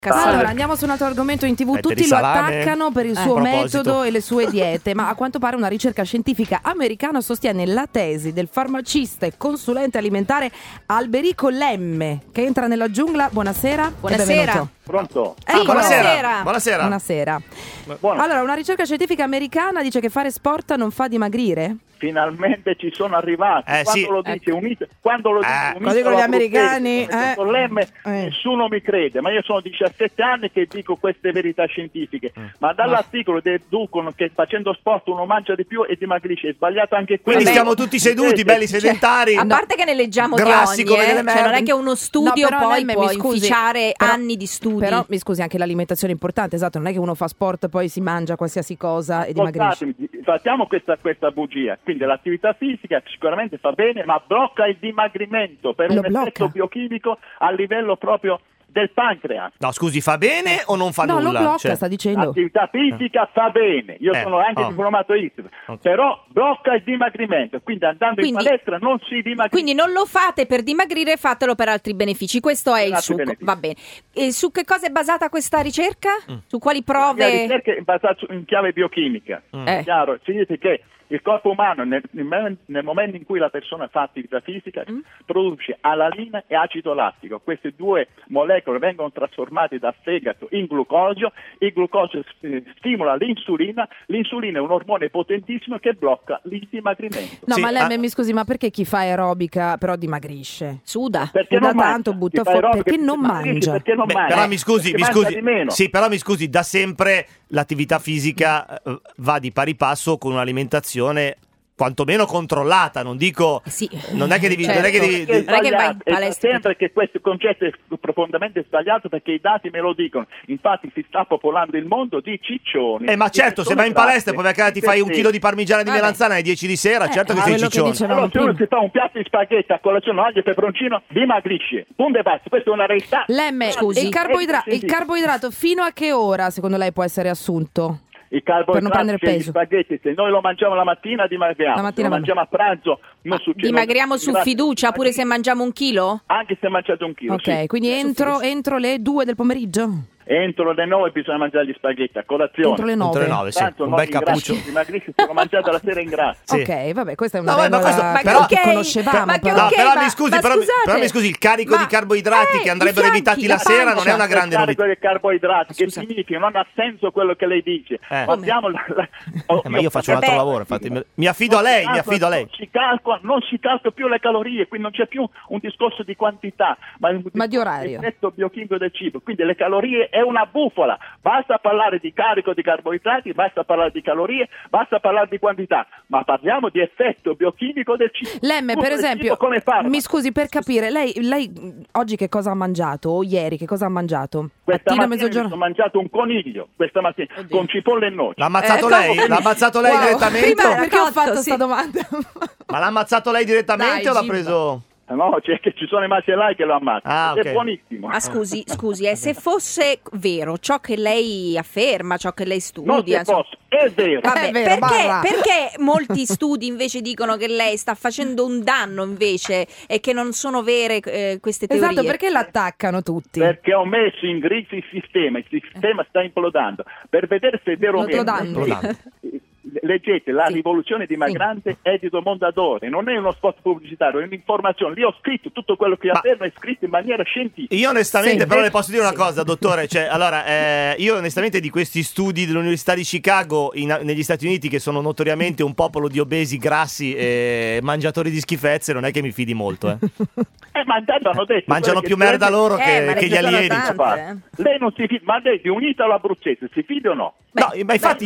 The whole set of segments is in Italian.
Allora andiamo su un altro argomento. In TV tutti lo attaccano per il suo metodo e le sue diete, ma a quanto pare una ricerca scientifica americana sostiene la tesi del farmacista e consulente alimentare Alberico Lemme, che entra nella giungla. Buonasera. Buonasera. Pronto? Buonasera. Buonasera. Allora, una ricerca scientifica americana dice che fare sport non fa dimagrire? Finalmente ci sono arrivati. Quando lo dice dicono gli americani con Lemme, nessuno mi crede, ma io sono 17 anni che dico queste verità scientifiche, ma dall'articolo deducono che facendo sport uno mangia di più e dimagrisce. È sbagliato anche questo. Quindi stiamo tutti seduti, belli sedentari, a parte che ne leggiamo grassi di ogni, come delle cioè non è che uno studio poi può inficiare anni di studi. Però mi scusi, anche l'alimentazione è importante, esatto, non è che uno fa sport poi si mangia qualsiasi cosa e dimagrisce. Facciamo questa bugia. Quindi l'attività fisica sicuramente fa bene, ma blocca il dimagrimento per un effetto biochimico a livello proprio del pancreas. No, scusi, fa bene o non fa nulla? No, lo blocca, sta dicendo. L'attività fisica fa bene. Io sono anche diplomato ISP, però blocca il dimagrimento. Quindi andando in palestra non si dimagrisce. Quindi non lo fate per dimagrire, fatelo per altri benefici. Questo è il succo. Va bene. E su che cosa è basata questa ricerca? Su quali prove? La ricerca è basata in chiave biochimica. Chiaro, significa che il corpo umano nel momento in cui la persona fa attività fisica produce alanina e acido lattico. Queste due molecole vengono trasformate dal fegato in glucosio. Il glucosio stimola l'insulina. L'insulina è un ormone potentissimo che blocca il dimagrimento. No, ma lei mi scusi, ma perché chi fa aerobica però dimagrisce? Suda. Perché non tanto butta fuori, perché non mangia. Perché non mangia. Però mi scusi. Sì, però mi scusi, da sempre l'attività fisica va di pari passo con un'alimentazione quantomeno controllata, non dico non è che devi non è che vai in palestra. Sempre che questo concetto è profondamente sbagliato, perché i dati me lo dicono. Infatti si sta popolando il mondo di ciccioni. Ma certo, se vai in palestra poi magari ti fai un chilo di parmigiana di melanzana alle 10 di sera, certo che sei ciccione. Allora, se uno si fa un piatto di spaghetti a colazione, aglio e peperoncino, dimagrisce. Punto e basta. Questa è una realtà. Lemme, scusi, il carboidrato fino a che ora secondo lei può essere assunto? Il carboidrato, per non prendere peso. Gli spaghetti, se noi lo mangiamo la mattina dimagriamo, se lo mangiamo a pranzo non succede. Dimagriamo su fiducia pure se mangiamo 1 chilo? Anche se mangiate 1 chilo. Ok, quindi entro le 2 del pomeriggio? Entro le 9 bisogna mangiare gli spaghetti a colazione. Entro le 9, sì. Tanto Un bel cappuccio. Dimagrisci se lo mangiate la sera in grasso. Sì. Ok, vabbè, questa è una regola che conoscevamo. Però mi scusi, il carico di carboidrati che andrebbero evitati la sera non è una grande novità. Il carico di carboidrati, che significa non ha senso quello che lei dice. Ma io faccio un altro lavoro, infatti. Mi affido a lei. Non si calcola più le calorie, quindi non c'è più un discorso di quantità, ma di orario. L'effetto biochimico del cibo. Quindi le calorie è una bufala. Basta parlare di carico di carboidrati, basta parlare di calorie, basta parlare di quantità, ma parliamo di effetto biochimico del cibo. Lemme, per esempio, mi scusi, per capire, lei oggi che cosa ha mangiato? O ieri che cosa ha mangiato? Questa mattina ho mangiato un coniglio, questa mattina, con cipolle e noci. L'ha ammazzato lei? L'ha ammazzato lei direttamente? Prima perché ho fatto questa domanda? Ma l'ha ammazzato lei direttamente o l'ha preso? No, c'è che ci sono i macellai che lo ammazzano. Okay. È buonissimo. Ma scusi, se fosse vero ciò che lei afferma, ciò che lei studia, è vero. Vabbè, è vero, perché molti studi invece dicono che lei sta facendo un danno invece e che non sono vere queste teorie? Esatto, perché l'attaccano tutti? Perché ho messo in crisi il sistema sta implodando. Per vedere se è vero o meno. Leggete La rivoluzione dimagrante, Edito Mondadori, non è uno spot pubblicitario, è un'informazione. Lì ho scritto tutto quello che afferma, è scritto in maniera scientifica. Io onestamente però le posso dire una cosa, dottore, io onestamente di questi studi dell'Università di Chicago negli Stati Uniti, che sono notoriamente un popolo di obesi, grassi e mangiatori di schifezze, non è che mi fidi molto. Ma intanto hanno detto mangiano più merda loro che gli alieni. Lei non si fida, ma lei unita all'abruzzese, si fida o no? No, ma infatti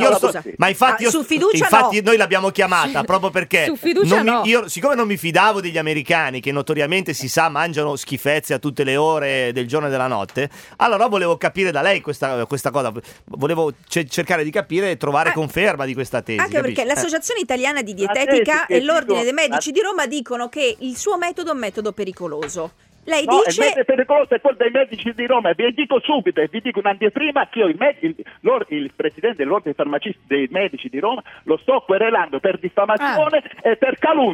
su fiducia infatti noi l'abbiamo chiamata proprio perché su fiducia io siccome non mi fidavo degli americani, che notoriamente si sa mangiano schifezze a tutte le ore del giorno e della notte, allora volevo capire da lei questa cosa, volevo cercare di capire e trovare conferma di questa tesi. Anche perché l'Associazione Italiana di Dietetica e l'Ordine dei Medici di Roma dicono che il suo metodo è un metodo pericoloso. Lei dice è pericoloso, è quello dei medici di Roma. Vi dico subito e vi dico un'anteprima che io il presidente dell'ordine dei farmacisti dei medici di Roma lo sto querelando per diffamazione e per calunnia.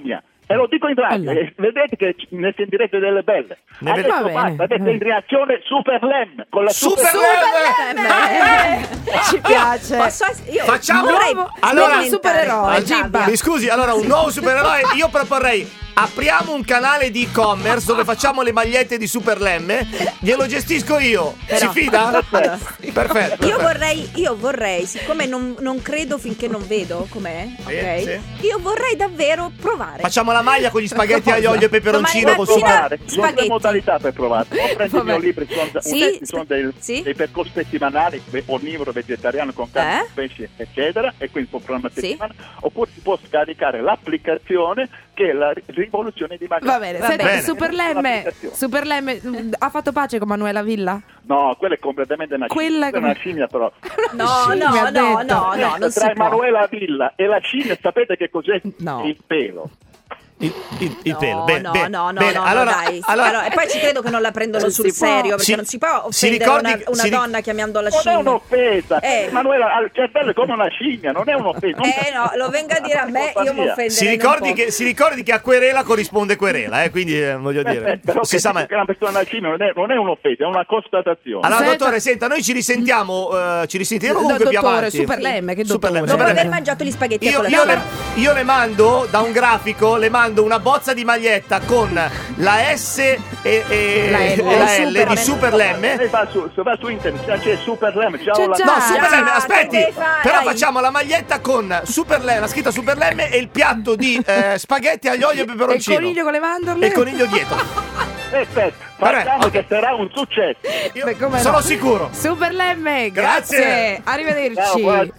E lo dico in radio, vedete che ne sentirete delle belle. Adesso basta, avete in reazione Super Lem con la Super Lem! Ci piace. Facciamo allora supereroe. Mi scusi, allora un nuovo supereroe. Io proporrei: apriamo un canale di e-commerce dove facciamo le magliette di Super Lemme. Glielo gestisco io. Si fida? Perfetto. Io vorrei, siccome non credo finché non vedo com'è, ok? Sì. Io vorrei davvero provare. Facciamo la maglia con gli spaghetti aglio e peperoncino con provare. Ci sono due modalità per provare. O prendi il mio libro, ci sono dei percorsi settimanali, onnivoro, vegetariano, con carne, pesce, eccetera, e quindi può provare una settimana. Oppure si può scaricare l'applicazione che è la rivoluzione di maglia. Va bene. Super Lemme ha fatto pace con Manuela Villa? No, quella è completamente una scimmia. È una scimmia, però. No, non tra Emanuela Villa e la scimmia, sapete che cos'è? Il pelo. Il pelo. No, allora, e poi ci credo che non la prendono sul serio, perché non si può offendere una donna chiamandola scimmia. Non è un'offesa. Emanuela ha il cervello come una scimmia, non è un'offesa. No, lo venga a dire a me, io mi offenderei. Si ricordi che a querela corrisponde querela, quindi voglio dire. Però si sa, che una persona una scimmia non è un'offesa, è una constatazione. Allora, dottore, senta, noi ci risentiamo comunque più avanti. Super Lemme, che dottore? Dopo aver mangiato gli spaghetti a colazione. Io le mando da un grafico, una bozza di maglietta con la S e la L di Super Lemme. Se va su internet c'è Super Lemme. No, Super Lemme, aspetti. Però facciamo la maglietta con Super Lemme, la scritta Super Lemme e il piatto di spaghetti aglio e peperoncino. E il coniglio con le mandorle. E il coniglio dietro. Perfetto. Facciamo che sarà un successo. Sono sicuro. Super Lemme, grazie. Arrivederci. Ciao,